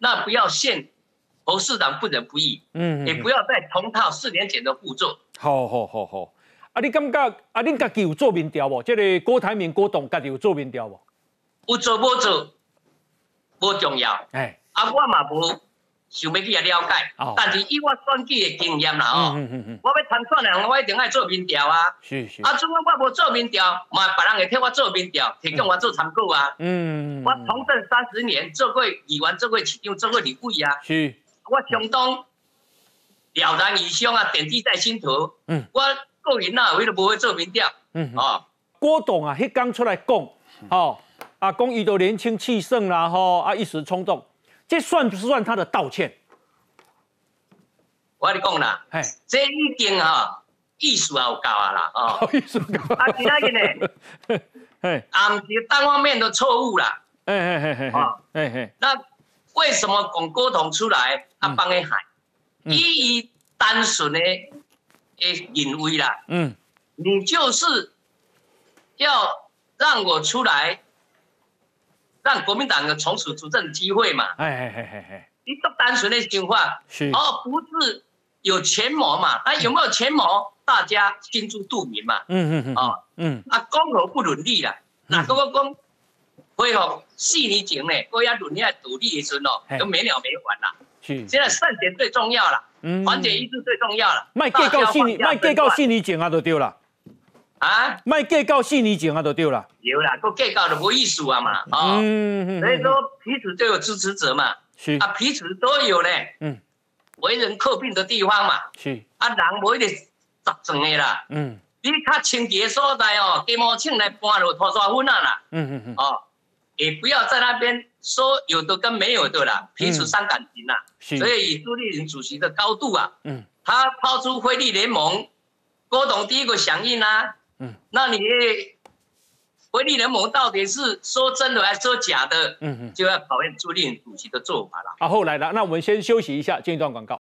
那不要陷侯市长不仁不义，嗯，也不要再重蹈四年前的覆辙。 好好好好，啊，你感觉啊，恁家己有做民调无？这个郭台铭、郭董家己有做民调无？ 有做无做，无重要。哎，啊，我嘛无想要去了解，哦、但是以我选举的经验啦，哦，嗯嗯嗯、我要参选的人，我一定爱做民调啊。是是。啊，如果我无做民调，嘛别人会替我做民调，提供我做参考啊。嗯。我从政三十年，做过议员，做过市长，做过立委啊。是。我相当了然于胸啊，点滴在心头。嗯。我个人啊，为了不会做民调。嗯。哦。 郭董啊，迄刚出来讲，哦，啊，讲伊都年轻气盛啦，吼，啊，一时冲动。这算不算他的道歉？ 我跟你讲啦，这已经哈艺术也有够啊啦，哦，艺术够。啊，其他嘅呢，啊，唔是单方面的错误啦。哎哎哎哎，哦，哎哎，那为什么讲郭董出来啊帮佢害？伊以单纯的诶认为啦，嗯，你就是要让我出来。让国民党有重启执政机会嘛？哎哎哎哎哎，你都单纯的想法，是哦，不是有权谋嘛？那有没有权谋？大家心知肚明嘛。嗯嗯嗯。哦，嗯啊，公和不伦理啦。那如果讲恢复四年前呢，我要伦理独立的时候，都没了没完啦。是。现在圣贤最重要了，团结一致最重要了。卖计到四年，卖计到四年前啊，就对了。啊，卖计到四年前啊，就对了。有啦，个计到就无意思啊嘛，哦，嗯嗯、所以说彼此都有支持者嘛，是啊，彼此都有呢，嗯，为人诟病的地方嘛，是啊，人无一定十全的啦，嗯，你较清洁所在哦，鸡毛秤来搬落拖沙粉啊啦，嗯嗯嗯，哦，也不要在那边说有的跟没有的啦，彼此伤感情啦，是，所以以朱立伦主席的高度啊，嗯，他抛出辉力联盟，郭董第一个响应啊。嗯，那你辉力联盟到底是说真的还是说假的？嗯嗯，就要考验朱立伦主席的做法了。 好，后来了，那我们先休息一下，进一段广告。